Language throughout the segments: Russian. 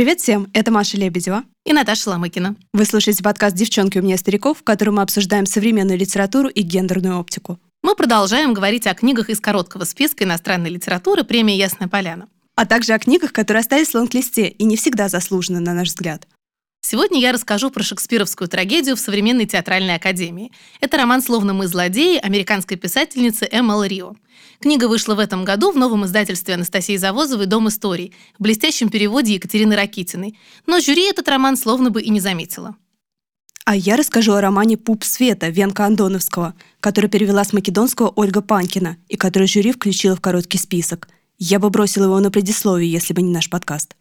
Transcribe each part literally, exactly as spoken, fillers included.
Привет всем, это Маша Лебедева и Наташа Ломыкина. Вы слушаете подкаст «Девчонки, у меня стариков», в котором мы обсуждаем современную литературу и гендерную оптику. Мы продолжаем говорить о книгах из короткого списка иностранной литературы премии «Ясная поляна». А также о книгах, которые остались в лонг-листе и не всегда заслужены, на наш взгляд. Сегодня я расскажу про шекспировскую трагедию в современной театральной академии. Это роман «Словно мы злодеи» американской писательницы М Л Рио. Книга вышла в этом году в новом издательстве Анастасии Завозовой «Дом историй» в блестящем переводе Екатерины Ракитиной. Но жюри этот роман словно бы и не заметило. А я расскажу о романе «Пуп света» Венка Андоновского, который перевела с македонского Ольга Панкина и который жюри включила в короткий список. Я бы бросила его на предисловие, если бы не наш подкаст.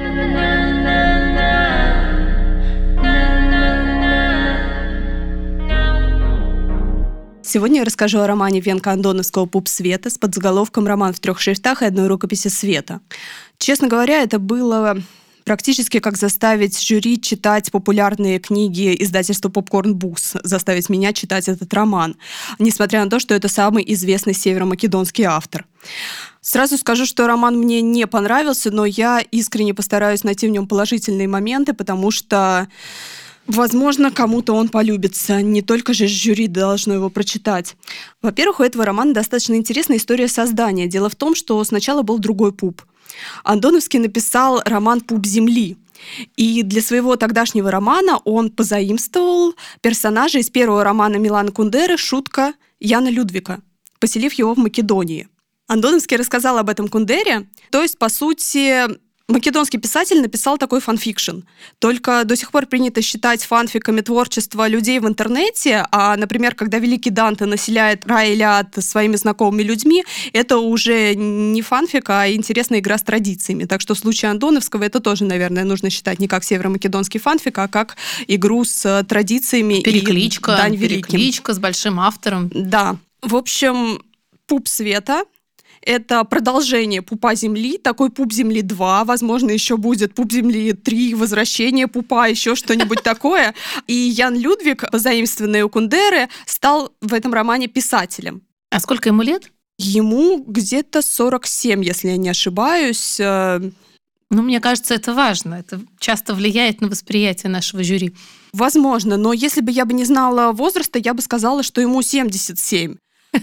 Сегодня я расскажу о романе Венка Андоновского «Пуп света» с подзаголовком «Роман в трех шрифтах и одной рукописи света». Честно говоря, это было практически как заставить жюри читать популярные книги издательства Popcorn Books, заставить меня читать этот роман, несмотря на то, что это самый известный северомакедонский автор. Сразу скажу, что роман мне не понравился, но я искренне постараюсь найти в нем положительные моменты, потому что, возможно, кому-то он полюбится. Не только же жюри должно его прочитать. Во-первых, у этого романа достаточно интересная история создания. Дело в том, что сначала был другой Пуп. Андоновский написал роман «Пуп земли». И для своего тогдашнего романа он позаимствовал персонажа из первого романа Милана Кундеры «Шутка» Яна Людвика, поселив его в Македонии. Андоновский рассказал об этом Кундере, то есть, по сути, македонский писатель написал такой фанфикшн. Только до сих пор принято считать фанфиками творчество людей в интернете, а, например, когда великий Данте населяет рай или ад своими знакомыми людьми, это уже не фанфик, а интересная игра с традициями. Так что в случае Андоновского это тоже, наверное, нужно считать не как северомакедонский фанфик, а как игру с традициями. Перекличка, и дань великим. Перекличка с большим автором. Да. В общем, «Пуп света» — это продолжение «Пупа земли», такой «Пуп земли два», возможно, еще будет «Пуп земли три», «Возвращение Пупа», еще что-нибудь такое. И Ян Людвик, позаимствованный у Кундеры, стал в этом романе писателем. А сколько ему лет? Ему где-то сорок семь, если я не ошибаюсь. Ну, мне кажется, это важно. Это часто влияет на восприятие нашего жюри. Возможно, но если бы я бы не знала возраста, я бы сказала, что ему семьдесят семь.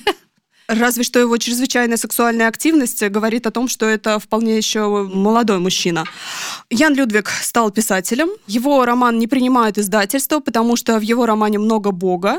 Разве что его чрезвычайная сексуальная активность говорит о том, что это вполне еще молодой мужчина. Ян Людвик стал писателем. Его роман не принимают издательство, потому что в его романе много Бога.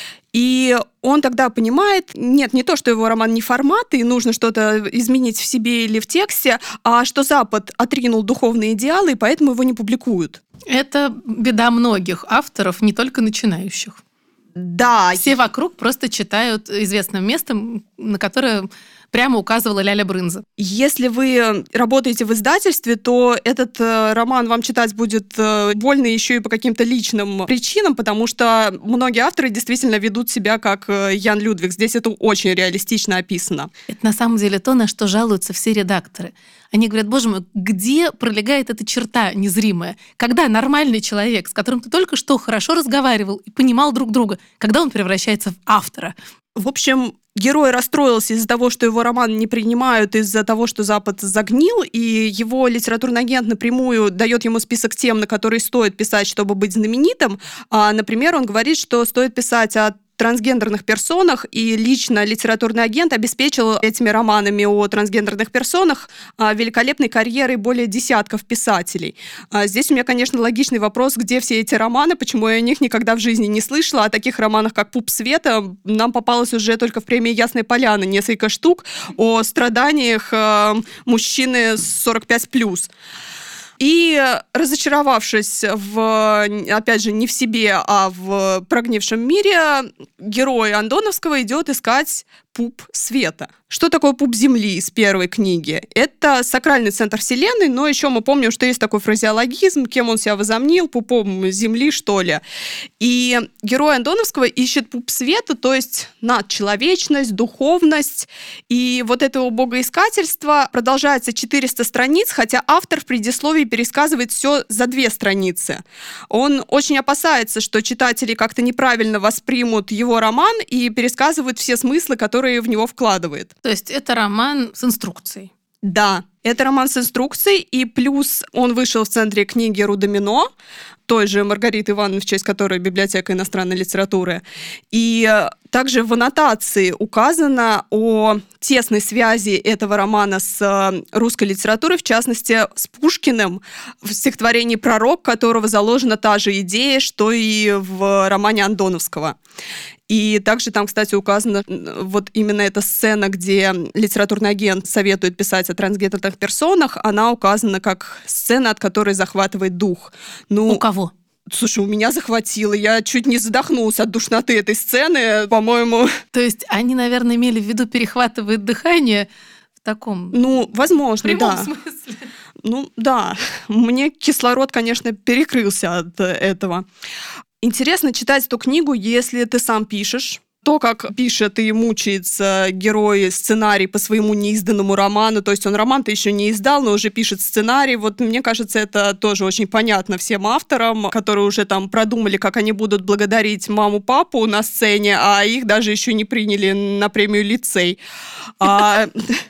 И он тогда понимает, нет, не то, что его роман не формат, и нужно что-то изменить в себе или в тексте, а что Запад отринул духовные идеалы, и поэтому его не публикуют. Это беда многих авторов, не только начинающих. Да. Все вокруг просто читают известным местом, на которое прямо указывала Ляля Брынза. Если вы работаете в издательстве, то этот э, роман вам читать будет э, больно еще и по каким-то личным причинам, потому что многие авторы действительно ведут себя как э, Ян Людвик. Здесь это очень реалистично описано. Это на самом деле то, на что жалуются все редакторы. Они говорят: боже мой, где пролегает эта черта незримая? Когда нормальный человек, с которым ты только что хорошо разговаривал и понимал друг друга, когда он превращается в автора? В общем, герой расстроился из-за того, что его роман не принимают, из-за того, что Запад загнил, и его литературный агент напрямую дает ему список тем, на которые стоит писать, чтобы быть знаменитым. А, например, он говорит, что стоит писать о трансгендерных персонах, и лично литературный агент обеспечил этими романами о трансгендерных персонах великолепной карьерой более десятков писателей. Здесь у меня, конечно, логичный вопрос, где все эти романы, почему я о них никогда в жизни не слышала. О таких романах, как «Пуп света», нам попалось уже только в премии «Ясная поляна» несколько штук о страданиях мужчины сорок пять плюс. И разочаровавшись в, опять же, не в себе, а в прогнившем мире, герой Андоновского идет искать Пуп света. Что такое Пуп земли из первой книги? Это сакральный центр вселенной, но еще мы помним, что есть такой фразеологизм, кем он себя возомнил, пупом земли, что ли. И герой Андоновского ищет Пуп света, то есть надчеловечность, духовность. И вот этого богоискательства продолжается четыреста страниц, хотя автор в предисловии пересказывает все за две страницы. Он очень опасается, что читатели как-то неправильно воспримут его роман и пересказывают все смыслы, которые в него вкладывает. То есть это роман с инструкцией. Да, это роман с инструкцией, и плюс он вышел в центре книги Рудомино, той же Маргариты Ивановны, в честь которой библиотека иностранной литературы. И также в аннотации указано о тесной связи этого романа с русской литературой, в частности, с Пушкиным, в стихотворении «Пророк», которого заложена та же идея, что и в романе Андоновского. И также там, кстати, указана вот именно эта сцена, где литературный агент советует писать о трансгендерных персонах, она указана как сцена, от которой захватывает дух. Ну, у кого? Слушай, у меня захватило. Я чуть не задохнулась от душноты этой сцены, по-моему. То есть они, наверное, имели в виду перехватывает дыхание в таком... Ну, возможно, прямом да. смысле. Ну, да. Мне кислород, конечно, перекрылся от этого. Интересно читать эту книгу, если ты сам пишешь. То, как пишет и мучается герой сценарий по своему неизданному роману, то есть он роман-то еще не издал, но уже пишет сценарий. Вот мне кажется, это тоже очень понятно всем авторам, которые уже там продумали, как они будут благодарить маму-папу на сцене, а их даже еще не приняли на премию «Лицей». А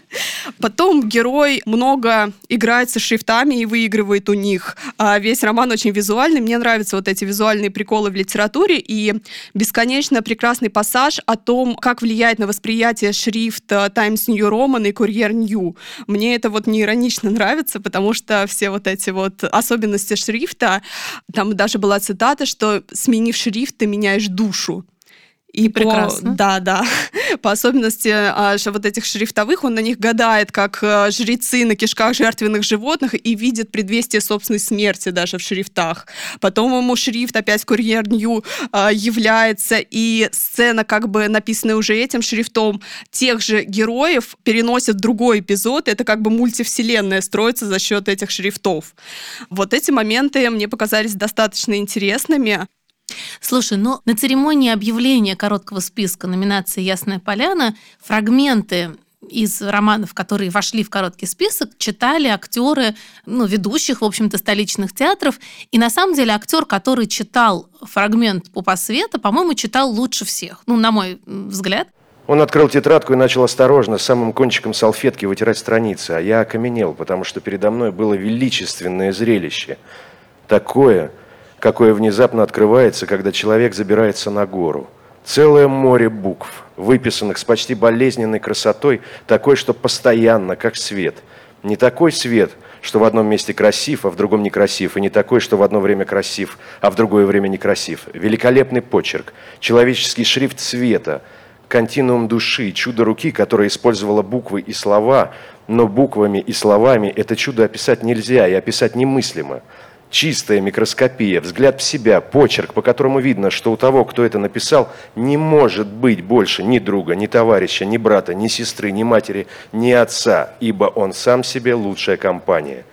потом герой много играет со шрифтами и выигрывает у них. А весь роман очень визуальный. Мне нравятся вот эти визуальные приколы в литературе и бесконечно прекрасный пассаж о том, как влияет на восприятие шрифт Times New Roman и Courier New. Мне это вот не иронично нравится, потому что все вот эти вот особенности шрифта, там даже была цитата, что «сменив шрифт, ты меняешь душу». И прекрасно. По, да, да. По особенности а, вот этих шрифтовых, он на них гадает, как а, жрецы на кишках жертвенных животных, и видит предвестие собственной смерти даже в шрифтах. Потом ему шрифт опять Courier New а, является, и сцена, как бы написанная уже этим шрифтом, тех же героев переносит в другой эпизод. Это как бы мультивселенная строится за счет этих шрифтов. Вот эти моменты мне показались достаточно интересными. Слушай, ну на церемонии объявления короткого списка номинации «Ясная поляна» фрагменты из романов, которые вошли в короткий список, читали актеры, ну, ведущих, в общем-то, столичных театров. И на самом деле актер, который читал фрагмент «Пупа Света», по-моему, читал лучше всех, ну, на мой взгляд. Он открыл тетрадку и начал осторожно, самым кончиком салфетки вытирать страницы, а я окаменел, потому что передо мной было величественное зрелище. Такое, какое внезапно открывается, когда человек забирается на гору. Целое море букв, выписанных с почти болезненной красотой, такой, что постоянно, как свет. Не такой свет, что в одном месте красив, а в другом некрасив, и не такой, что в одно время красив, а в другое время некрасив. Великолепный почерк, человеческий шрифт света, континуум души, чудо руки, которое использовало буквы и слова, но буквами и словами это чудо описать нельзя и описать немыслимо. Чистая микроскопия, взгляд в себя, почерк, по которому видно, что у того, кто это написал, не может быть больше ни друга, ни товарища, ни брата, ни сестры, ни матери, ни отца, ибо он сам себе лучшая компания,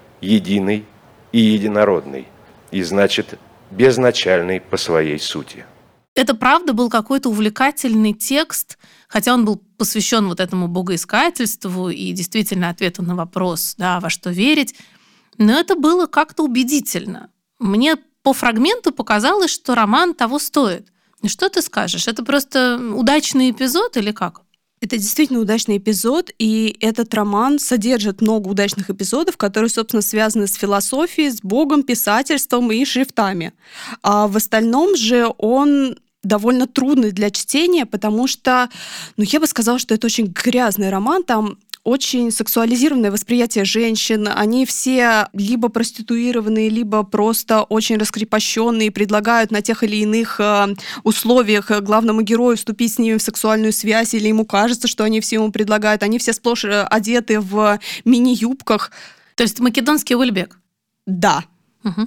единый и единородный, и значит, безначальный по своей сути. Это правда был какой-то увлекательный текст, хотя он был посвящен вот этому богоискательству и действительно ответу на вопрос, да, во что верить. Но это было как-то убедительно. Мне по фрагменту показалось, что роман того стоит. Что ты скажешь? Это просто удачный эпизод или как? Это действительно удачный эпизод, и этот роман содержит много удачных эпизодов, которые, собственно, связаны с философией, с Богом, писательством и шрифтами. А в остальном же он довольно трудный для чтения, потому что, ну, я бы сказала, что это очень грязный роман, там очень сексуализированное восприятие женщин. Они все либо проституированные, либо просто очень раскрепощенные, предлагают на тех или иных условиях главному герою вступить с ними в сексуальную связь, или ему кажется, что они все ему предлагают. Они все сплошь одеты в мини-юбках. То есть македонский Уэльбек? Да. Угу.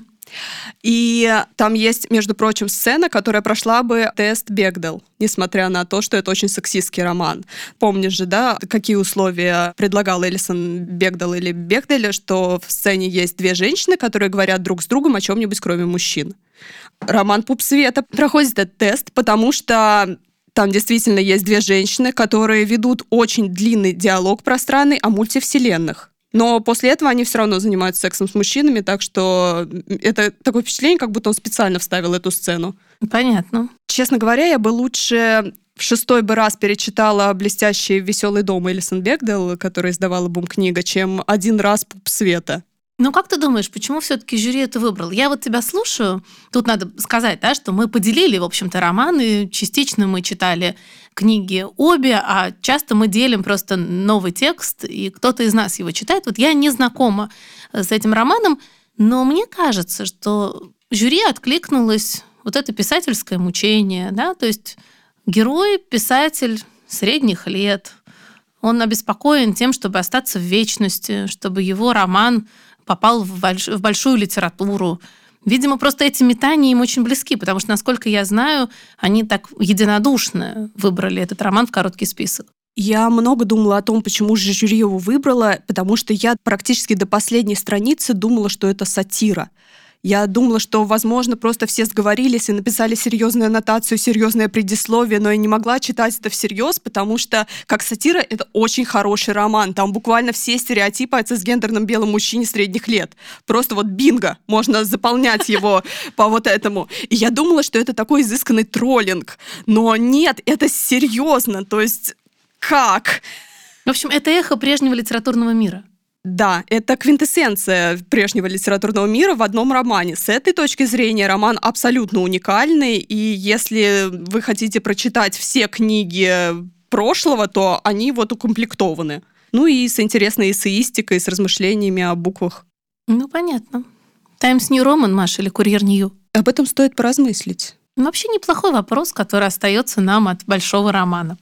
И там есть, между прочим, сцена, которая прошла бы тест Бекдел, несмотря на то, что это очень сексистский роман. Помнишь же, да, какие условия предлагал Элисон Бекдел или Бекдель, что в сцене есть две женщины, которые говорят друг с другом о чем-нибудь, кроме мужчин. Роман «Пуп Света» проходит этот тест, потому что там действительно есть две женщины, которые ведут очень длинный диалог пространный о мультивселенных. Но после этого они все равно занимаются сексом с мужчинами, так что это такое впечатление, как будто он специально вставил эту сцену. Понятно. Честно говоря, я бы лучше в шестой бы раз перечитала «Блестящий веселый дом» Элисон Бекдел, который издавала Бум-книга, чем один раз «Пуп света». Ну, как ты думаешь, почему все-таки жюри это выбрал? Я вот тебя слушаю. Тут надо сказать, да, что мы поделили, в общем-то, романы. Частично мы читали книги обе, а часто мы делим просто новый текст, и кто-то из нас его читает. Вот я не знакома с этим романом, но мне кажется, что жюри откликнулось вот это писательское мучение, да, то есть герой, писатель средних лет, он обеспокоен тем, чтобы остаться в вечности, чтобы его роман попал в, больш... в большую литературу. Видимо, просто эти метания им очень близки, потому что, насколько я знаю, они так единодушно выбрали этот роман в короткий список. Я много думала о том, почему же жюри его выбрало, потому что я практически до последней страницы думала, что это сатира. Я думала, что, возможно, просто все сговорились и написали серьезную аннотацию, серьезное предисловие, но я не могла читать это всерьез, потому что, как сатира, это очень хороший роман. Там буквально все стереотипы о цисгендерном белом мужчине средних лет. Просто вот бинго, можно заполнять его по вот этому. И я думала, что это такой изысканный троллинг. Но нет, это серьезно. То есть как? В общем, это эхо прежнего литературного мира. Да, это квинтэссенция прежнего литературного мира в одном романе. С этой точки зрения роман абсолютно уникальный, и если вы хотите прочитать все книги прошлого, то они вот укомплектованы. Ну и с интересной эссеистикой, с размышлениями о буквах. Ну, понятно. Times New Roman, Маша, или Курьер Нью? Об этом стоит поразмыслить. Вообще неплохой вопрос, который остается нам от большого романа.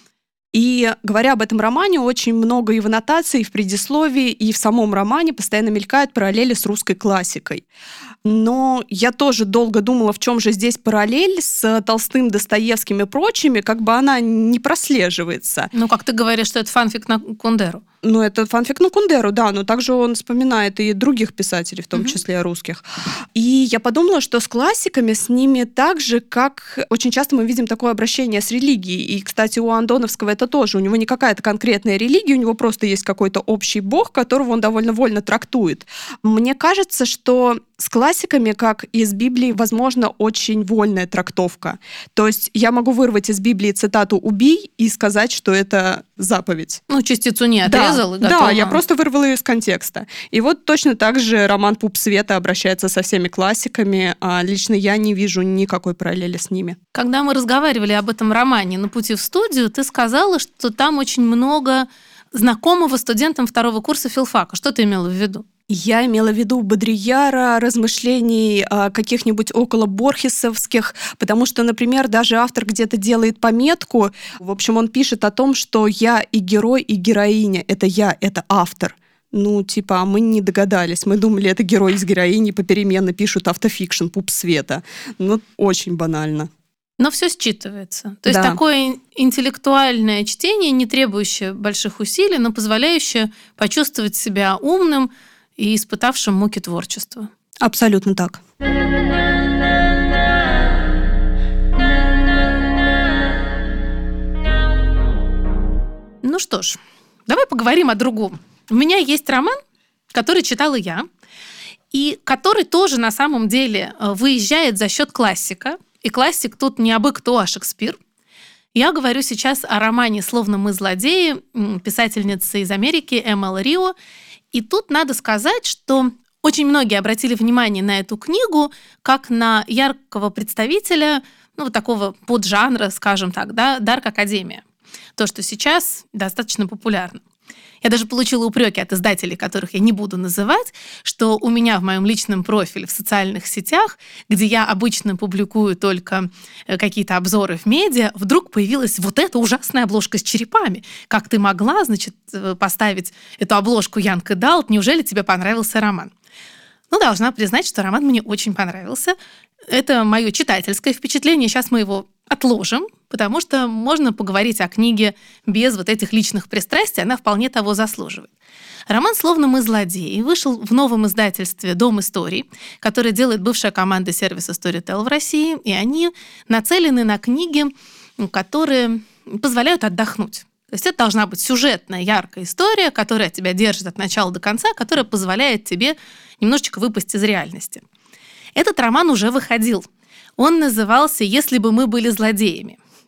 И говоря об этом романе, очень много и в аннотации, и в предисловии, и в самом романе постоянно мелькают параллели с русской классикой. Но я тоже долго думала, в чем же здесь параллель с Толстым, Достоевским и прочими, как бы она не прослеживается. Ну, как ты говоришь, что это фанфик на Кундеру. Ну, это фанфик на Кундеру, да, но также он вспоминает и других писателей, в том Mm-hmm. числе русских. И я подумала, что с классиками, с ними так же, как очень часто мы видим такое обращение с религией. И, кстати, у Андоновского это тоже. У него не какая-то конкретная религия, у него просто есть какой-то общий бог, которого он довольно вольно трактует. Мне кажется, что с классиками, как и с Библией, возможно, очень вольная трактовка. То есть я могу вырвать из Библии цитату «убий» и сказать, что это заповедь. Ну, частицу не отрезал да, и готово. Да, я просто вырвала ее из контекста. И вот точно так же роман «Пуп света» обращается со всеми классиками, а лично я не вижу никакой параллели с ними. Когда мы разговаривали об этом романе на пути в студию, ты сказала, что там очень много знакомого студентам второго курса филфака. Что ты имела в виду? Я имела в виду Бодрияра, размышлений а, каких-нибудь около борхесовских, потому что, например, даже автор где-то делает пометку, в общем, он пишет о том, что я и герой, и героиня, это я, это автор. Ну, типа, а мы не догадались, мы думали, это герой с героиней попеременно пишут автофикшн, «Пуп света». Ну, очень банально. Но все считывается. То есть да. Такое интеллектуальное чтение, не требующее больших усилий, но позволяющее почувствовать себя умным и испытавшим муки творчества. Абсолютно так. Ну что ж, давай поговорим о другом. У меня есть роман, который читала я, и который тоже на самом деле выезжает за счет классика. И классик тут не абы кто, а Шекспир. Я говорю сейчас о романе «Словно мы злодеи» писательницы из Америки Эммы Рио. И тут надо сказать, что очень многие обратили внимание на эту книгу как на яркого представителя, ну, вот такого поджанра, скажем так, да, дарк-академия. То, что сейчас достаточно популярно. Я даже получила упреки от издателей, которых я не буду называть, что у меня в моем личном профиле в социальных сетях, где я обычно публикую только какие-то обзоры в медиа, вдруг появилась вот эта ужасная обложка с черепами. Как ты могла, значит, поставить эту обложку Янка Далт? Неужели тебе понравился роман? Ну, должна признать, что роман мне очень понравился. Это мое читательское впечатление. Сейчас мы его отложим, потому что можно поговорить о книге без вот этих личных пристрастий, она вполне того заслуживает. Роман «Словно мы злодеи» вышел в новом издательстве «Дом историй», которое делает бывшая команда сервиса Storytel в России, и они нацелены на книги, которые позволяют отдохнуть. То есть это должна быть сюжетная, яркая история, которая тебя держит от начала до конца, которая позволяет тебе немножечко выпасть из реальности. Этот роман уже выходил. Он назывался «Если бы мы были злодеями».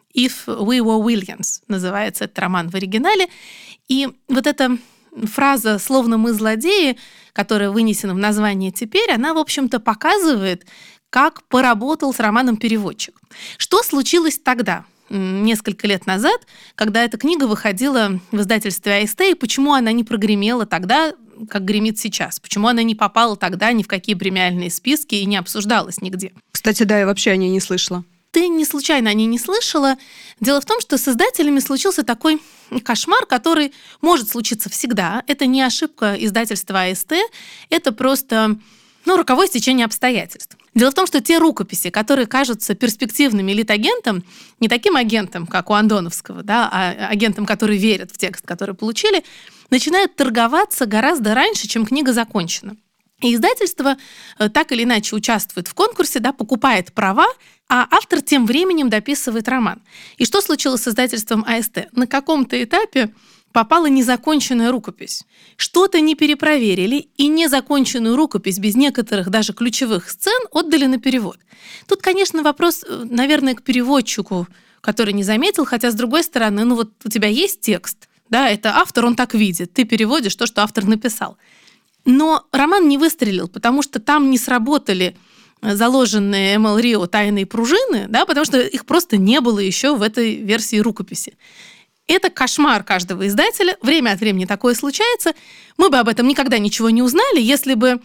«If We Were Williams» называется этот роман в оригинале. И вот эта фраза «словно мы злодеи», которая вынесена в название теперь, она, в общем-то, показывает, как поработал с романом переводчик. Что случилось тогда, несколько лет назад, когда эта книга выходила в издательстве а эс тэ, и почему она не прогремела тогда, как гремит сейчас? Почему она не попала тогда ни в какие премиальные списки и не обсуждалась нигде? Кстати, да, я вообще о ней не слышала. Ты не случайно о ней не слышала. Дело в том, что с издателями случился такой кошмар, который может случиться всегда. Это не ошибка издательства а эс тэ, это просто ну, роковое стечение обстоятельств. Дело в том, что те рукописи, которые кажутся перспективными литагентам, не таким агентом, как у Андоновского, да, а агентам, которые верят в текст, который получили, начинают торговаться гораздо раньше, чем книга закончена. И издательство так или иначе участвует в конкурсе, да, покупает права, а автор тем временем дописывает роман. И что случилось с издательством а эс тэ? На каком-то этапе попала незаконченная рукопись. Что-то не перепроверили, и незаконченную рукопись без некоторых даже ключевых сцен отдали на перевод. Тут, конечно, вопрос, наверное, к переводчику, который не заметил, хотя, с другой стороны, ну вот у тебя есть текст, да, это автор, он так видит, ты переводишь то, что автор написал. Но роман не выстрелил, потому что там не сработали заложенные эм эл Рио тайные пружины, да, потому что их просто не было еще в этой версии рукописи. Это кошмар каждого издателя. Время от времени такое случается. Мы бы об этом никогда ничего не узнали, если бы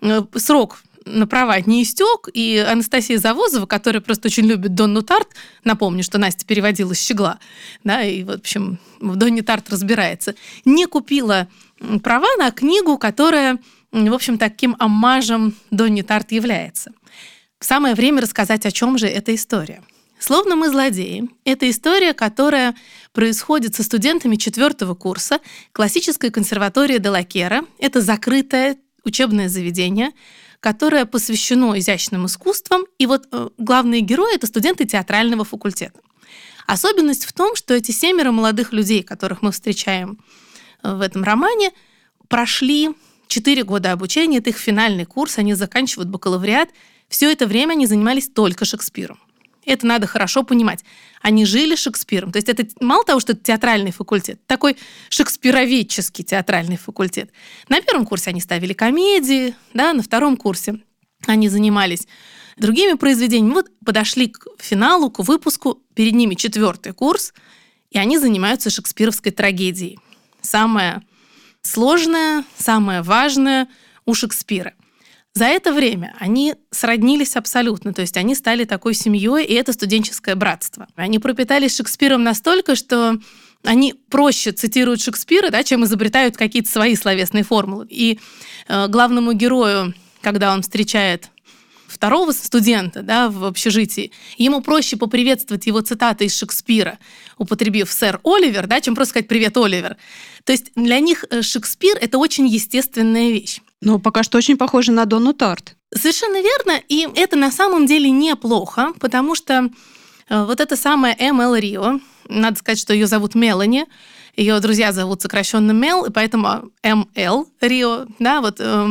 срок на права не истек, и Анастасия Завозова, которая просто очень любит Донну Тарт, напомню, что Настя переводила с Щегла, да, и, в общем, в Донне Тарт разбирается, не купила права на книгу, которая, в общем, таким оммажем Донне Тарт является. Самое время рассказать, о чем же эта история. «Словно мы злодеи» — это история, которая происходит со студентами четвертого курса классической консерватории де ла Кера. Это закрытое учебное заведение, которое посвящено изящным искусствам. И вот главные герои — это студенты театрального факультета. Особенность в том, что эти семеро молодых людей, которых мы встречаем в этом романе, прошли четыре года обучения, это их финальный курс, они заканчивают бакалавриат. Все это время они занимались только Шекспиром. Это надо хорошо понимать. Они жили Шекспиром. То есть это мало того, что это театральный факультет, такой шекспироведческий театральный факультет. На первом курсе они ставили комедии, да, на втором курсе они занимались другими произведениями. Вот подошли к финалу, к выпуску, перед ними четвертый курс, и они занимаются шекспировской трагедией. Самое сложное, самое важное у Шекспира. За это время они сроднились абсолютно, то есть они стали такой семьей, и это студенческое братство. Они пропитались Шекспиром настолько, что они проще цитируют Шекспира, да, чем изобретают какие-то свои словесные формулы. И э, главному герою, когда он встречает второго студента, да, в общежитии, ему проще поприветствовать его цитатой из Шекспира, употребив «сэр Оливер», да, чем просто сказать «привет, Оливер». То есть для них Шекспир — это очень естественная вещь. Но пока что очень похоже на Донну Тарт. Совершенно верно, и это на самом деле неплохо, потому что вот эта самая эм эл Рио, надо сказать, что ее зовут Мелани, ее друзья зовут сокращенно Мел, и поэтому эм эл Рио, да, вот э,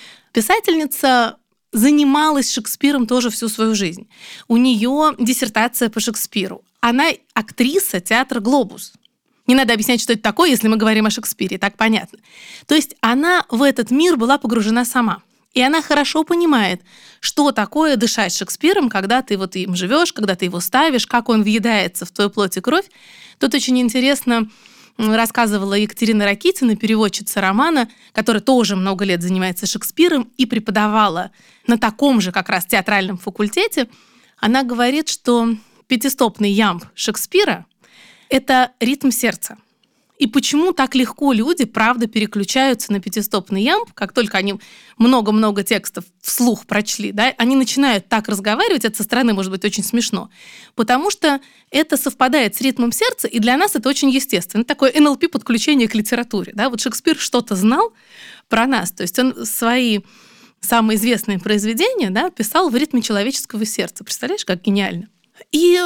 писательница занималась Шекспиром тоже всю свою жизнь. У нее диссертация по Шекспиру. Она актриса театра «Глобус». Не надо объяснять, что это такое, если мы говорим о Шекспире, так понятно. То есть она в этот мир была погружена сама. И она хорошо понимает, что такое дышать Шекспиром, когда ты вот им живешь, когда ты его ставишь, как он въедается в твою плоть и кровь. Тут очень интересно рассказывала Екатерина Ракитина, переводчица романа, которая тоже много лет занимается Шекспиром и преподавала на таком же как раз театральном факультете. Она говорит, что пятистопный ямб Шекспира — это ритм сердца. И почему так легко люди, правда, переключаются на пятистопный ямб, как только они много-много текстов вслух прочли, да, они начинают так разговаривать, это со стороны может быть очень смешно, потому что это совпадает с ритмом сердца, и для нас это очень естественно. Такое эн эл пи подключение к литературе. Да? Вот Шекспир что-то знал про нас, то есть он свои самые известные произведения, да, писал в ритме человеческого сердца. Представляешь, как гениально? И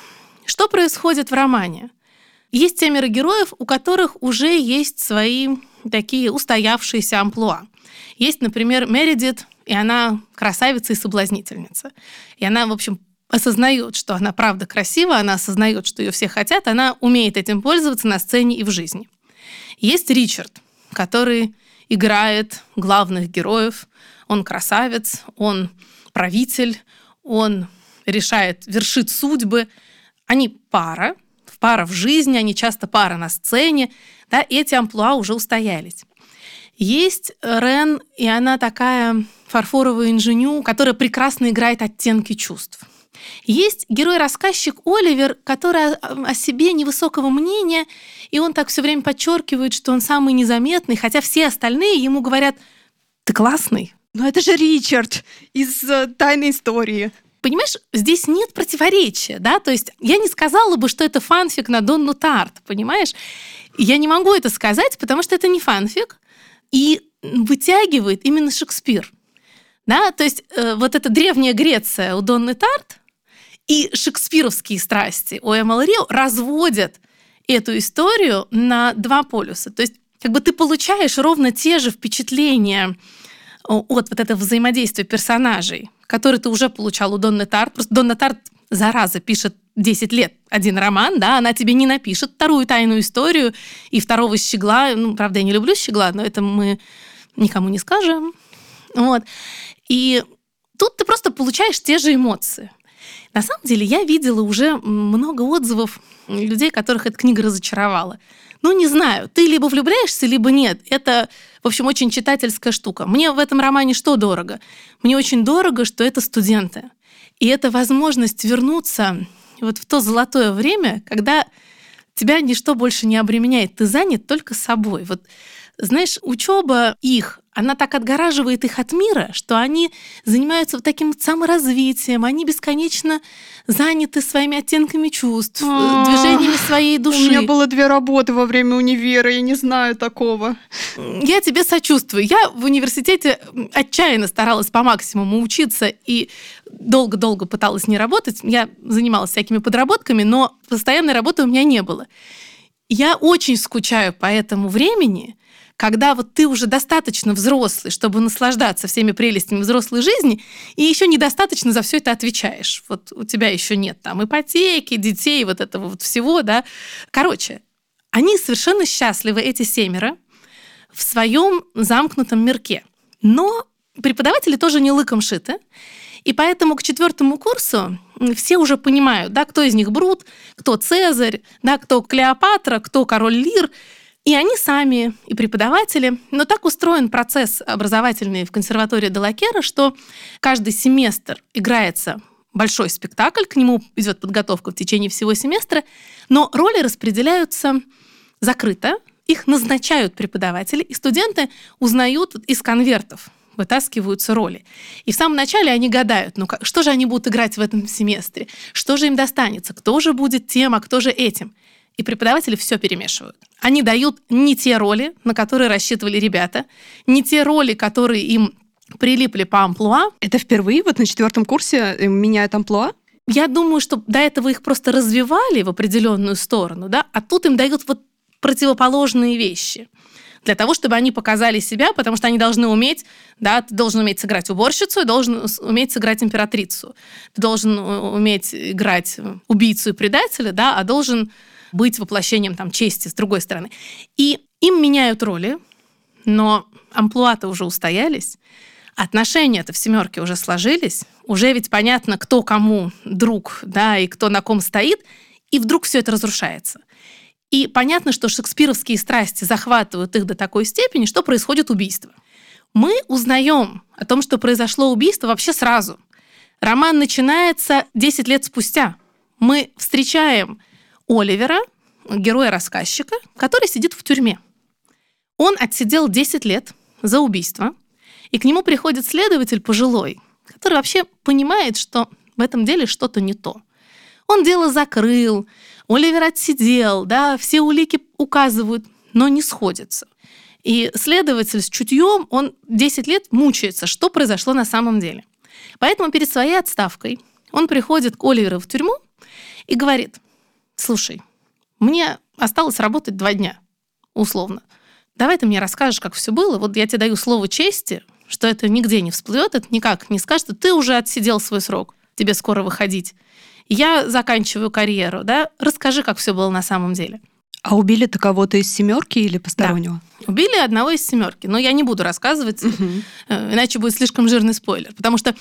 что происходит в романе? Есть семеро героев, у которых уже есть свои такие устоявшиеся амплуа. Есть, например, Мередит, и она красавица и соблазнительница. И она, в общем, осознает, что она правда красива, она осознает, что ее все хотят, она умеет этим пользоваться на сцене и в жизни. Есть Ричард, который играет главных героев. Он красавец, он правитель, он решает, вершит судьбы. Они пара, пара в жизни, они часто пара на сцене, да, и эти амплуа уже устоялись. Есть Рен, и она такая фарфоровая инженю, которая прекрасно играет оттенки чувств. Есть герой-рассказчик Оливер, который о себе невысокого мнения, и он так все время подчеркивает, что он самый незаметный, хотя все остальные ему говорят: «Ты классный». Но это же Ричард из «Тайной истории». Понимаешь, здесь нет противоречия, да, то есть я не сказала бы, что это фанфик на Донну Тарт, понимаешь? Я не могу это сказать, потому что это не фанфик, и вытягивает именно Шекспир. Да? То есть э, вот эта древняя Греция у Донны Тарт и шекспировские страсти у Эммы Рио разводят эту историю на два полюса. То есть как бы ты получаешь ровно те же впечатления от вот этого взаимодействия персонажей, которые ты уже получал у Донны Тарт. Просто Донна Тарт, зараза, пишет десять лет один роман, да, она тебе не напишет вторую тайную историю и второго Щегла. Ну, правда, я не люблю Щегла, но это мы никому не скажем. Вот. И тут ты просто получаешь те же эмоции. На самом деле я видела уже много отзывов людей, которых эта книга разочаровала. Ну, не знаю, ты либо влюбляешься, либо нет. Это, в общем, очень читательская штука. Мне в этом романе что дорого? Мне очень дорого, что это студенты. И это возможность вернуться вот в то золотое время, когда тебя ничто больше не обременяет. Ты занят только собой. Вот, знаешь, учеба их, она так отгораживает их от мира, что они занимаются вот таким саморазвитием, они бесконечно заняты своими оттенками чувств, А, движениями своей души. У меня было две работы во время универа, я не знаю такого. Я тебе сочувствую. Я в университете отчаянно старалась по максимуму учиться и долго-долго пыталась не работать. Я занималась всякими подработками, но постоянной работы у меня не было. Я очень скучаю по этому времени, когда вот ты уже достаточно взрослый, чтобы наслаждаться всеми прелестями взрослой жизни, и еще недостаточно за все это отвечаешь. Вот у тебя еще нет там ипотеки, детей, вот этого вот всего, да. Короче, они совершенно счастливы, эти семеро, в своем замкнутом мирке. Но преподаватели тоже не лыком шиты, и поэтому к четвертому курсу все уже понимают, да, кто из них Брут, кто Цезарь, да, кто Клеопатра, кто король Лир. И они сами, и преподаватели. Но так устроен процесс образовательный в консерватории Делакера, что каждый семестр играется большой спектакль, к нему идет подготовка в течение всего семестра, но роли распределяются закрыто, их назначают преподаватели, и студенты узнают из конвертов, вытаскиваются роли. И в самом начале они гадают, ну что же они будут играть в этом семестре, что же им достанется, кто же будет тем, а кто же этим. И преподаватели все перемешивают. Они дают не те роли, на которые рассчитывали ребята, не те роли, которые им прилипли по амплуа. Это впервые вот на четвертом курсе меняют амплуа? Я думаю, что до этого их просто развивали в определенную сторону, да, а тут им дают вот противоположные вещи для того, чтобы они показали себя, потому что они должны уметь, да, ты должен уметь сыграть уборщицу и должен уметь сыграть императрицу. Ты должен уметь играть убийцу и предателя, да, а должен быть воплощением там, чести с другой стороны. И им меняют роли, но амплуа-то уже устоялись, отношения-то в «семерке» уже сложились, уже ведь понятно, кто кому друг, да, и кто на ком стоит, и вдруг все это разрушается. И понятно, что шекспировские страсти захватывают их до такой степени, что происходит убийство. Мы узнаем о том, что произошло убийство вообще сразу. Роман начинается десять лет спустя. Мы встречаем Оливера, героя-рассказчика, который сидит в тюрьме. Он отсидел десять лет за убийство, и к нему приходит следователь пожилой, который вообще понимает, что в этом деле что-то не то. Он дело закрыл, Оливер отсидел, да, все улики указывают, но не сходятся. И следователь с чутьем, он десять лет мучается, что произошло на самом деле. Поэтому перед своей отставкой он приходит к Оливеру в тюрьму и говорит: слушай, мне осталось работать два дня, условно. Давай ты мне расскажешь, как все было. Вот я тебе даю слово чести, что это нигде не всплывет, это никак не скажет, ты уже отсидел свой срок. тебе скоро выходить. Я заканчиваю карьеру, да? Расскажи, как все было на самом деле. А убили-то кого-то из семерки или постороннего? Да. Убили одного из семерки. Но я не буду рассказывать, угу. иначе будет слишком жирный спойлер. Потому что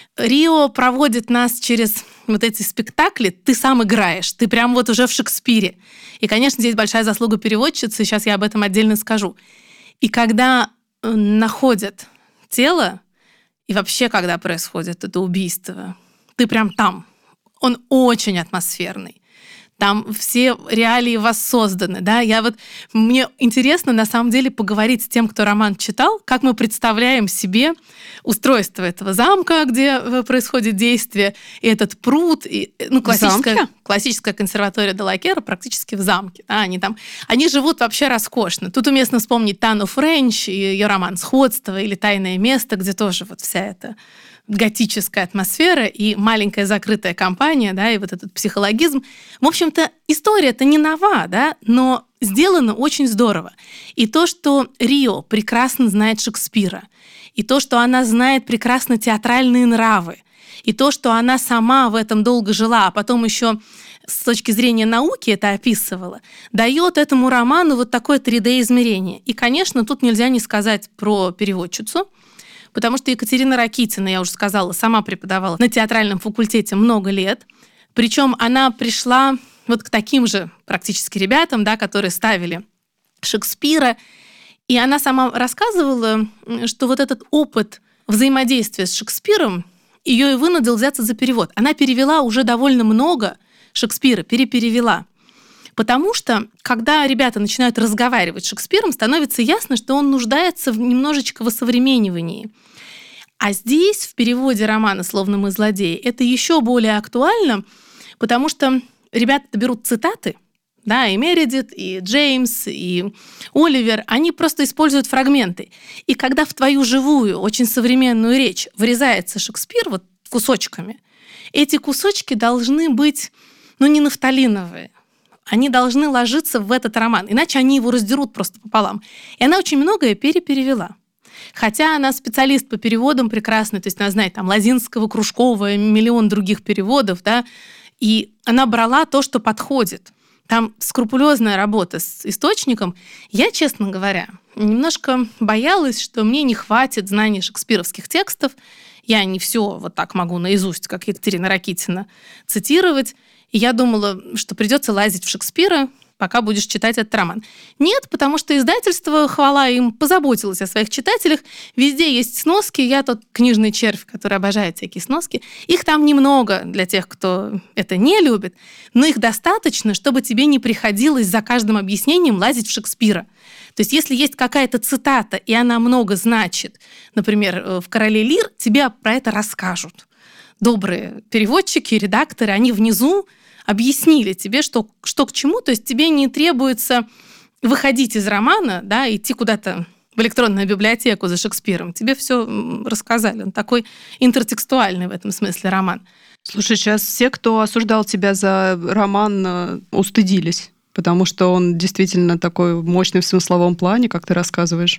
Рио проводит нас через вот эти спектакли. Ты сам играешь, ты прям вот уже в Шекспире. И, конечно, здесь большая заслуга переводчицы, сейчас я об этом отдельно скажу. И когда находят тело, и вообще, когда происходит это убийство, ты прям там. Он очень атмосферный. Там все реалии воссозданы, да. Я вот, мне интересно, на самом деле, поговорить с тем, кто роман читал, как мы представляем себе устройство этого замка, где происходит действие, и этот пруд, и, ну, классическая, классическая консерватория де ла Кера практически в замке. Да, они там, они живут вообще роскошно. Тут уместно вспомнить Тану Френч и ее роман «Сходство» или «Тайное место», где тоже вот вся эта готическая атмосфера и маленькая закрытая компания, да, и вот этот психологизм. В общем-то, история-то не нова, да, но сделано очень здорово. И то, что Рио прекрасно знает Шекспира, и то, что она знает прекрасно театральные нравы, и то, что она сама в этом долго жила, а потом еще с точки зрения науки это описывала, дает этому роману вот такое три дэ-измерение. И, конечно, тут нельзя не сказать про переводчицу, потому что Екатерина Ракитина, я уже сказала, сама преподавала на театральном факультете много лет. Причем она пришла вот к таким же практически ребятам, да, которые ставили Шекспира. И она сама рассказывала, что вот этот опыт взаимодействия с Шекспиром ее и вынудил взяться за перевод. Она перевела уже довольно много Шекспира, переперевела. Потому что, когда ребята начинают разговаривать с Шекспиром, становится ясно, что он нуждается в немножечко в осовременивании. А здесь, в переводе романа «Словно мы злодеи», это еще более актуально, потому что ребята берут цитаты, да, и Мередит, и Джеймс, и Оливер, они просто используют фрагменты. И когда в твою живую, очень современную речь вырезается Шекспир вот кусочками, эти кусочки должны быть, ну, не нафталиновые. Они должны ложиться в этот роман, иначе они его раздерут просто пополам. И она очень многое переперевела. Хотя она специалист по переводам прекрасный, то есть она знает там Лозинского, Кружкова, миллион других переводов, да, и она брала то, что подходит. Там скрупулезная работа с источником. Я, честно говоря, немножко боялась, что мне не хватит знаний шекспировских текстов. Я не все вот так могу наизусть, как Екатерина Ракитина, цитировать. И я думала, что придется лазить в Шекспира, пока будешь читать этот роман. Нет, потому что издательство, хвала им, позаботилось о своих читателях. Везде есть сноски. Я тот книжный червь, который обожает всякие сноски. Их там немного для тех, кто это не любит, но их достаточно, чтобы тебе не приходилось за каждым объяснением лазить в Шекспира. То есть если есть какая-то цитата, и она много значит, например, в «Короле Лир», тебе про это расскажут. Добрые переводчики, редакторы, они внизу объяснили тебе, что, что к чему. То есть тебе не требуется выходить из романа, да, идти куда-то в электронную библиотеку за Шекспиром. Тебе все рассказали. Он такой интертекстуальный в этом смысле роман. Слушай, сейчас все, кто осуждал тебя за роман, устыдились, потому что он действительно такой мощный в смысловом плане, как ты рассказываешь.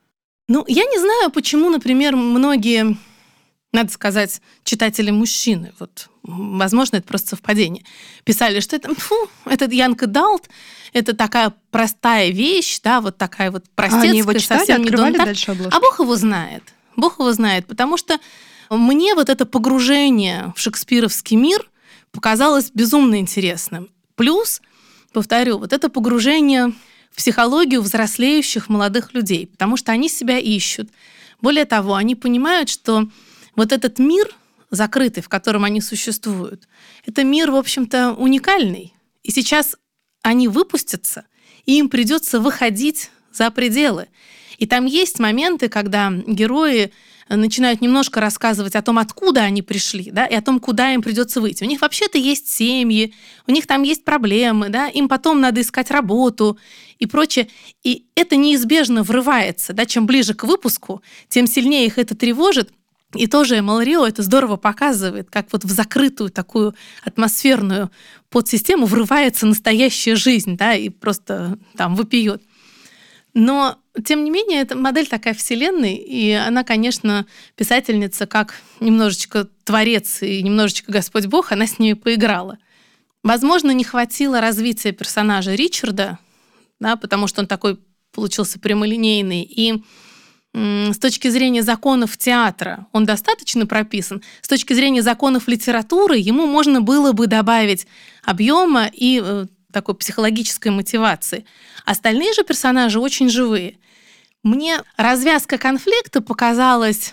Ну, я не знаю, почему, например, многие... Надо сказать, читатели-мужчины, вот, возможно, это просто совпадение, писали, что это, фу, этот Young Adult, это такая простая вещь, да, вот такая вот простецкая, а они его читали, совсем не открывали донта. дальше обложку? А Бог его знает, Бог его знает, потому что мне вот это погружение в шекспировский мир показалось безумно интересным. Плюс, повторю, вот это погружение в психологию взрослеющих молодых людей, потому что они себя ищут. Более того, они понимают, что вот этот мир закрытый, в котором они существуют, это мир, в общем-то, уникальный. И сейчас они выпустятся, и им придется выходить за пределы. И там есть моменты, когда герои начинают немножко рассказывать о том, откуда они пришли, да, и о том, куда им придется выйти. У них вообще-то есть семьи, у них там есть проблемы, да, им потом надо искать работу и прочее. И это неизбежно врывается. Да, чем ближе к выпуску, тем сильнее их это тревожит. И тоже Эмил Рио это здорово показывает, как вот в закрытую такую атмосферную подсистему врывается настоящая жизнь, да, и просто там вопиет. Но тем не менее, эта модель такая вселенной, и она, конечно, писательница как немножечко творец и немножечко Господь Бог, она с ней поиграла. Возможно, не хватило развития персонажа Ричарда, да, потому что он такой получился прямолинейный, и м, с точки зрения законов театра он достаточно прописан, с точки зрения законов литературы ему можно было бы добавить объема и э, такой психологической мотивации. Остальные же персонажи очень живые. Мне развязка конфликта показалась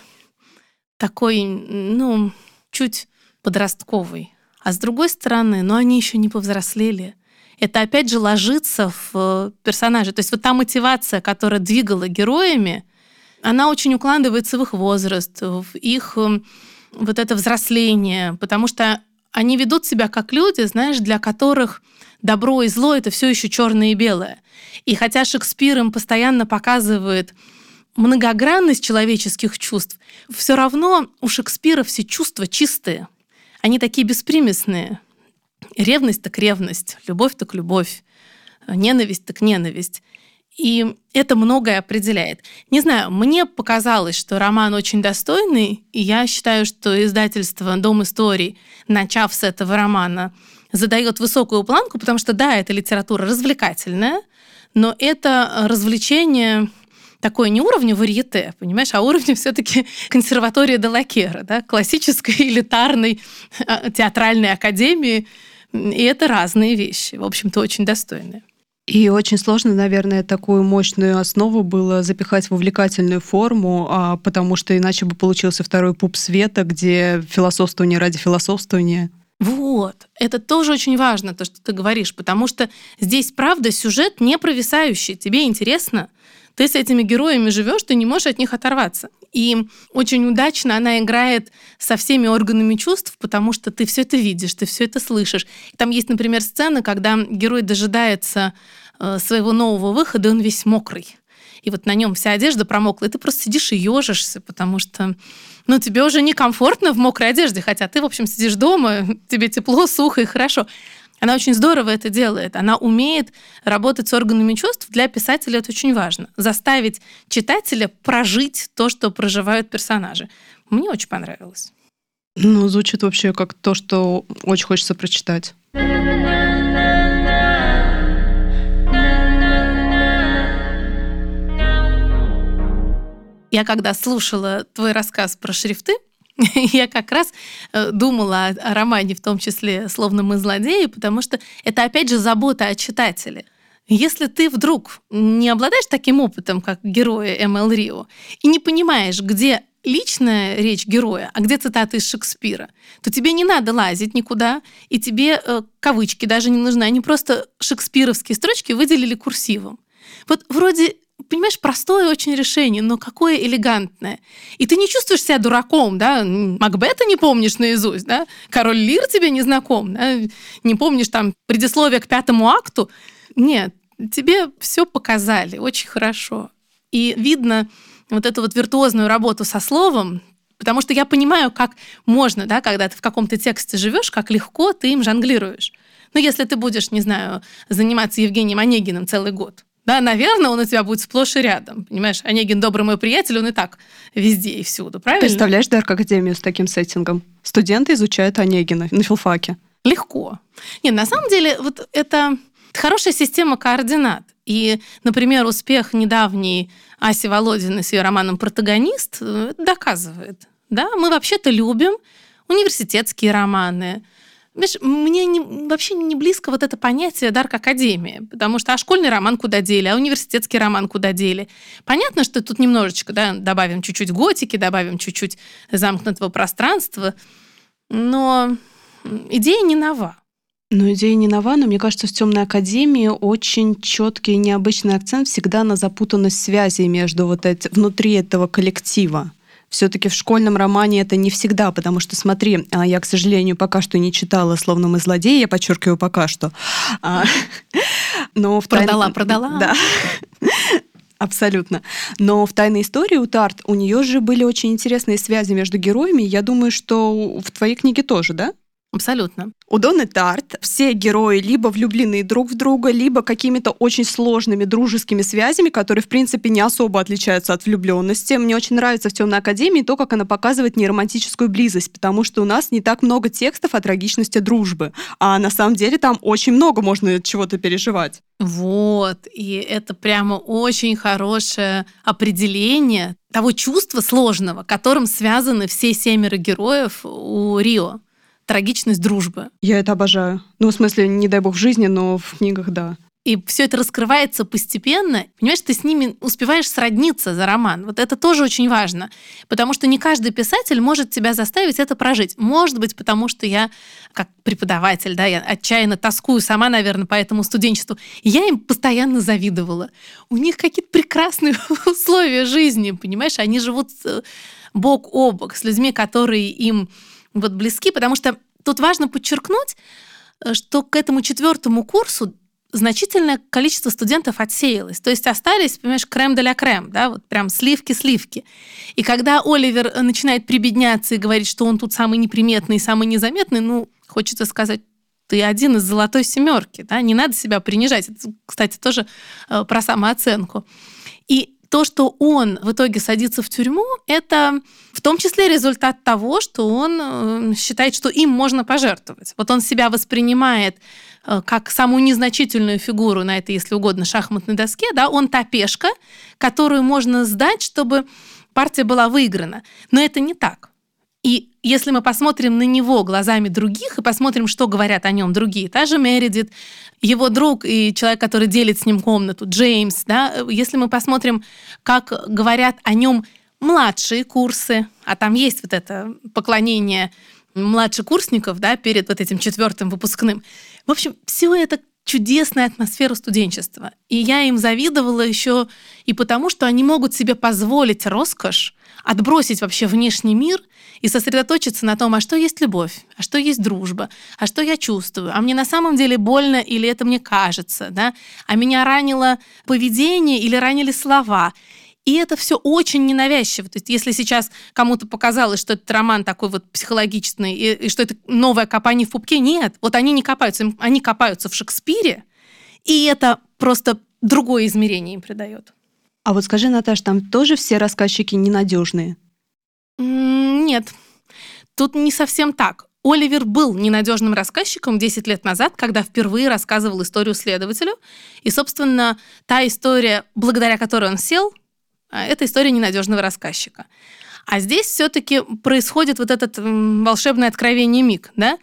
такой, ну, чуть подростковой. А с другой стороны, ну, они еще не повзрослели. Это, опять же, ложится в персонажа. То есть вот та мотивация, которая двигала героями, она очень укладывается в их возраст, в их вот это взросление, потому что они ведут себя как люди, знаешь, для которых добро и зло — это все еще черное и белое. И хотя Шекспир им постоянно показывает многогранность человеческих чувств, все равно у Шекспира все чувства чистые. Они такие беспримесные. Ревность так ревность, любовь так любовь, ненависть так ненависть. И это многое определяет. Не знаю, мне показалось, что роман очень достойный, и я считаю, что издательство «Дом историй», начав с этого романа, задает высокую планку, потому что, да, это литература развлекательная, но это развлечение такое не уровня варьете, понимаешь, а уровня все-таки консерватория де Лакера, да, классической элитарной театральной академии. И это разные вещи, в общем-то, очень достойные. И очень сложно, наверное, такую мощную основу было запихать в увлекательную форму, потому что иначе бы получился второй пуп света, где философствование ради философствования. Вот. Это тоже очень важно, то, что ты говоришь, потому что здесь, правда, сюжет не провисающий. Тебе интересно, ты с этими героями живешь, ты не можешь от них оторваться. И очень удачно она играет со всеми органами чувств, потому что ты все это видишь, ты все это слышишь. Там есть, например, сцена, когда герой дожидается своего нового выхода, и он весь мокрый. И вот на нем вся одежда промокла, и ты просто сидишь и ежишься, потому что ну, тебе уже некомфортно в мокрой одежде, хотя ты, в общем, сидишь дома, тебе тепло, сухо и хорошо. Она очень здорово это делает. Она умеет работать с органами чувств. Для писателя это очень важно. Заставить читателя прожить то, что проживают персонажи. Мне очень понравилось. Ну, звучит вообще как то, что очень хочется прочитать. Я когда слушала твой рассказ про шрифты, я как раз думала о романе, в том числе «Словно мы злодеи», потому что это, опять же, забота о читателе. Если ты вдруг не обладаешь таким опытом, как герои Эм Эл Рио, и не понимаешь, где личная речь героя, а где цитаты из Шекспира, то тебе не надо лазить никуда, и тебе э, кавычки даже не нужны. Они просто шекспировские строчки выделили курсивом. Вот вроде... Понимаешь, простое очень решение, но какое элегантное. И ты не чувствуешь себя дураком, да? Макбета не помнишь наизусть, да? Король Лир тебе не знаком, да? Не помнишь там предисловие к пятому акту. Нет, тебе все показали очень хорошо. И видно вот эту вот виртуозную работу со словом, потому что я понимаю, как можно, да, когда ты в каком-то тексте живешь, как легко ты им жонглируешь. Но если ты будешь, не знаю, заниматься Евгением Онегиным целый год, да, наверное, он у тебя будет сплошь и рядом. Понимаешь, Онегин добрый мой приятель, он и так везде и всюду, правильно? Представляешь, Дарк, академию с таким сеттингом? Студенты изучают Онегина на филфаке. Легко. Нет, на самом деле, вот это хорошая система координат. И, например, успех недавней Аси Володиной с ее романом «Протагонист» доказывает. Да, мы вообще-то любим университетские романы. Видишь, мне не, вообще не близко вот это понятие дарк-академия, потому что а школьный роман куда дели, а университетский роман куда дели. Понятно, что тут немножечко, да, добавим чуть-чуть готики, добавим чуть-чуть замкнутого пространства, но идея не нова. Ну, идея не нова, но мне кажется, в «Темной академии» очень четкий и необычный акцент всегда на запутанность связей между вот этим, внутри этого коллектива. Все-таки в школьном романе это не всегда, потому что, смотри, я, к сожалению, пока что не читала «Словно мы злодеи», я подчеркиваю пока что. Но в продала, тайн... продала. Да. Абсолютно. Но в «Тайной истории» у Тарт у нее же были очень интересные связи между героями. Я думаю, что в твоей книге тоже, да? Абсолютно. У Донны Тарт все герои либо влюблены друг в друга, либо какими-то очень сложными дружескими связями, которые, в принципе, не особо отличаются от влюбленности. Мне очень нравится в «Темной академии» то, как она показывает неромантическую близость, потому что у нас не так много текстов о трагичности дружбы, а на самом деле там очень много можно чего-то переживать. Вот, и это прямо очень хорошее определение того чувства сложного, которым связаны все семеро героев у Рио. Трагичность дружбы. Я это обожаю. Ну, в смысле, не дай бог в жизни, но в книгах, да. И все это раскрывается постепенно. Понимаешь, ты с ними успеваешь сродниться за роман. Вот это тоже очень важно. Потому что не каждый писатель может тебя заставить это прожить. Может быть, потому что я, как преподаватель, да, я отчаянно тоскую сама, наверное, по этому студенчеству. И я им постоянно завидовала. У них какие-то прекрасные условия жизни, понимаешь? Они живут бок о бок с людьми, которые им вот близки. Потому что тут важно подчеркнуть, что к этому четвертому курсу значительное количество студентов отсеялось. То есть остались, понимаешь, крем де ля крем, да, вот прям сливки-сливки. И когда Оливер начинает прибедняться и говорить, что он тут самый неприметный, самый незаметный, ну, хочется сказать, ты один из золотой семерки, да, не надо себя принижать. Это, кстати, тоже э, про самооценку. И то, что он в итоге садится в тюрьму, это в том числе результат того, что он считает, что им можно пожертвовать. Вот он себя воспринимает как самую незначительную фигуру на этой, если угодно, шахматной доске. Да? Он та пешка, которую можно сдать, чтобы партия была выиграна. Но это не так. И если мы посмотрим на него глазами других и посмотрим, что говорят о нем другие, та же Мередит, его друг и человек, который делит с ним комнату, Джеймс, да, если мы посмотрим, как говорят о нем младшие курсы, а там есть вот это поклонение младшекурсников, да, перед вот этим четвертым выпускным. В общем, все это чудесная атмосфера студенчества. И я им завидовала еще и потому, что они могут себе позволить роскошь, отбросить вообще внешний мир и сосредоточиться на том, а что есть любовь, а что есть дружба, а что я чувствую, а мне на самом деле больно или это мне кажется, да? А меня ранило поведение или ранили слова. И это все очень ненавязчиво. То есть если сейчас кому-то показалось, что этот роман такой вот психологичный, и, и что это новое копание в пупке, нет. Вот они не копаются, они копаются в Шекспире, и это просто другое измерение им придает. А вот скажи, Наташ, там тоже все рассказчики ненадежные? Нет, тут не совсем так. Оливер был ненадежным рассказчиком десять лет назад, когда впервые рассказывал историю следователю. И, собственно, та история, благодаря которой он сел, это история ненадежного рассказчика. А здесь все-таки происходит вот этот волшебное откровение миг, да?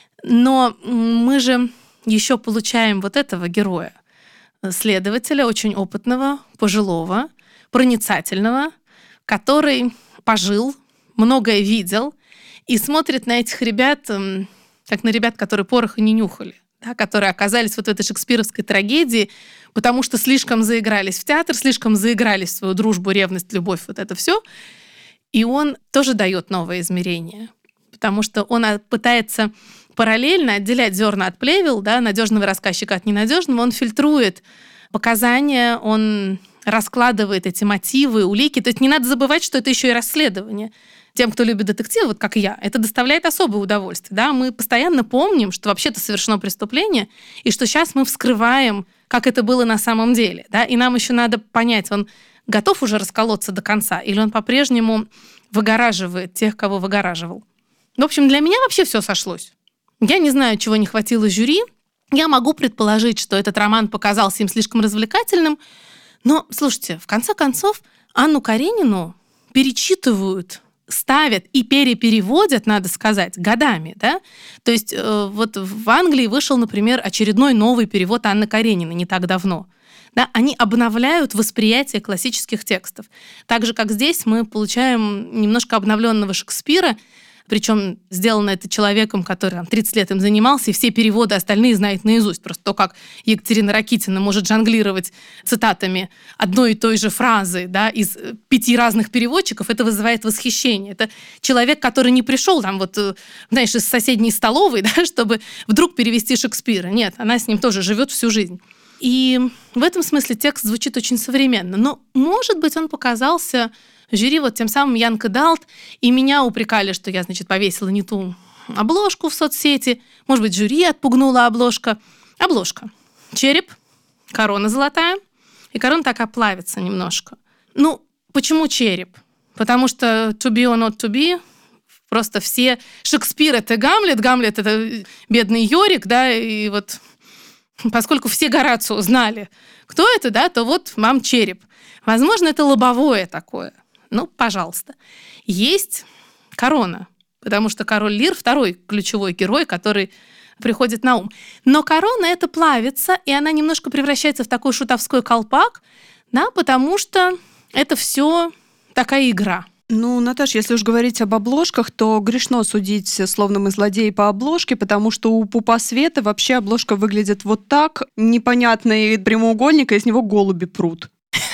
Но мы же еще получаем вот этого героя, следователя, очень опытного, пожилого, проницательного, который пожил, многое видел и смотрит на этих ребят, как на ребят, которые пороха не нюхали, да, которые оказались вот в этой шекспировской трагедии, потому что слишком заигрались в театр, слишком заигрались в свою дружбу, ревность, любовь, вот это все. И он тоже дает новое измерение, потому что он пытается параллельно отделять зерна от плевел, да, надежного рассказчика от ненадежного. Он фильтрует показания, он раскладывает эти мотивы, улики. То есть не надо забывать, что это еще и расследование. Тем, кто любит детективы, вот как я, это доставляет особое удовольствие. Да? Мы постоянно помним, что вообще-то совершено преступление, и что сейчас мы вскрываем, как это было на самом деле. Да? И нам еще надо понять, он готов уже расколоться до конца, или он по-прежнему выгораживает тех, кого выгораживал. В общем, для меня вообще все сошлось. Я не знаю, чего не хватило жюри. Я могу предположить, что этот роман показался им слишком развлекательным. Но, слушайте, в конце концов, Анну Каренину перечитывают, ставят и перепереводят, надо сказать, годами, да? То есть э, вот в Англии вышел, например, очередной новый перевод Анны Карениной не так давно. Да? Они обновляют восприятие классических текстов. Так же, как здесь мы получаем немножко обновленного Шекспира, причем сделано это человеком, который там, тридцать лет им занимался, и все переводы остальные знает наизусть. Просто то, как Екатерина Ракитина может жонглировать цитатами одной и той же фразы, да, из пяти разных переводчиков, это вызывает восхищение. Это человек, который не пришел там, вот, знаешь, из соседней столовой, да, чтобы вдруг перевести Шекспира. Нет, она с ним тоже живет всю жизнь. И в этом смысле текст звучит очень современно. Но, может быть, он показался жюри вот тем самым Янг Адалт, и меня упрекали, что я, значит, повесила не ту обложку в соцсети, может быть, жюри отпугнула обложка. Обложка. Череп, корона золотая, и корона такая плавится немножко. Ну, почему череп? Потому что to be or not to be, просто все... Шекспир — это Гамлет, Гамлет — это бедный Йорик, да, и вот поскольку все Горацио знали, кто это, да, то вот вам череп. Возможно, это лобовое такое. Ну, пожалуйста. Есть корона, потому что король Лир — второй ключевой герой, который приходит на ум. Но корона это плавится, и она немножко превращается в такой шутовской колпак, да, потому что это все такая игра. Ну, Наташ, если уж говорить об обложках, то грешно судить «Словно мы злодеи» по обложке, потому что у «Пупа Света» вообще обложка выглядит вот так, непонятный прямоугольник, и из него голуби прут.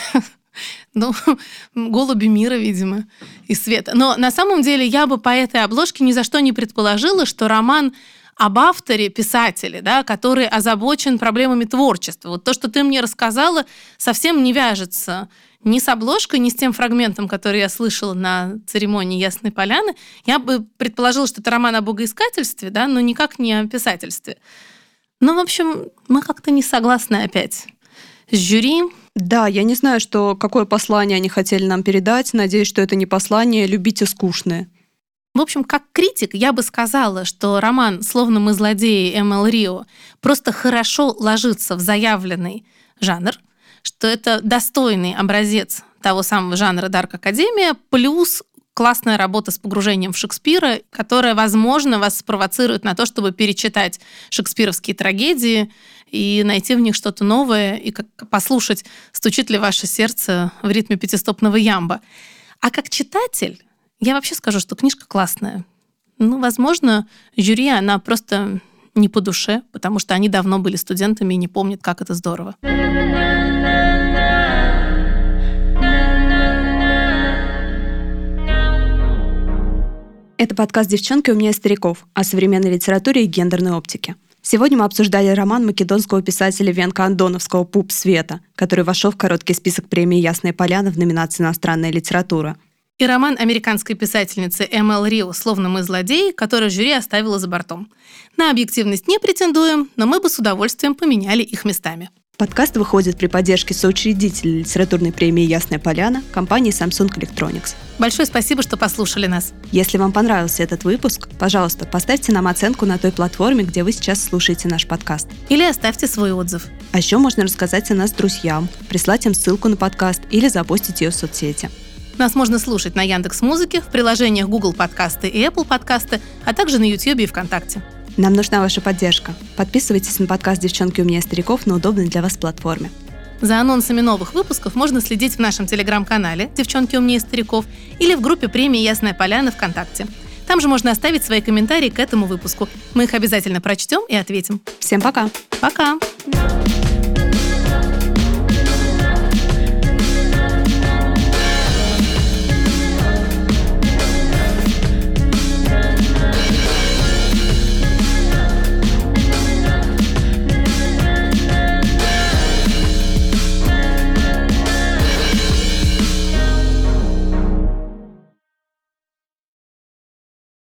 Ну, голуби мира, видимо, и света. Но на самом деле я бы по этой обложке ни за что не предположила, что роман об авторе, писателе, да, который озабочен проблемами творчества. Вот то, что ты мне рассказала, совсем не вяжется ни с обложкой, ни с тем фрагментом, который я слышала на церемонии Ясной Поляны. Я бы предположила, что это роман о богоискательстве, да, но никак не о писательстве. Ну, в общем, мы как-то не согласны опять с жюри. Да, я не знаю, что, какое послание они хотели нам передать. Надеюсь, что это не послание «любите скучное». В общем, как критик, я бы сказала, что роман «Словно мы злодеи» Эм Эл Рио просто хорошо ложится в заявленный жанр, что это достойный образец того самого жанра «Дарк Академия», плюс классная работа с погружением в Шекспира, которая, возможно, вас спровоцирует на то, чтобы перечитать шекспировские трагедии и найти в них что-то новое, и послушать, стучит ли ваше сердце в ритме пятистопного ямба. А как читатель, я вообще скажу, что книжка классная. Ну, возможно, жюри, она просто не по душе, потому что они давно были студентами и не помнят, как это здорово. Это подкаст «Девчонки умнее стариков» о современной литературе и гендерной оптике. Сегодня мы обсуждали роман македонского писателя Венка Андоновского «Пуп Света», который вошел в короткий список премии «Ясная Поляна» в номинации «Иностранная литература». И роман американской писательницы Эм Эл Рио «Словно мы злодеи», который жюри оставило за бортом. На объективность не претендуем, но мы бы с удовольствием поменяли их местами. Подкаст выходит при поддержке соучредителя литературной премии «Ясная Поляна» компании Samsung Electronics. Большое спасибо, что послушали нас. Если вам понравился этот выпуск, пожалуйста, поставьте нам оценку на той платформе, где вы сейчас слушаете наш подкаст. Или оставьте свой отзыв. А еще можно рассказать о нас друзьям, прислать им ссылку на подкаст или запостить ее в соцсети. Нас можно слушать на Яндекс.Музыке, в приложениях Google Подкасты и Apple Подкасты, а также на YouTube и ВКонтакте. Нам нужна ваша поддержка. Подписывайтесь на подкаст «Девчонки умнее стариков» на удобной для вас платформе. За анонсами новых выпусков можно следить в нашем телеграм-канале «Девчонки умнее стариков» или в группе премии «Ясная Поляна» ВКонтакте. Там же можно оставить свои комментарии к этому выпуску. Мы их обязательно прочтем и ответим. Всем пока! Пока!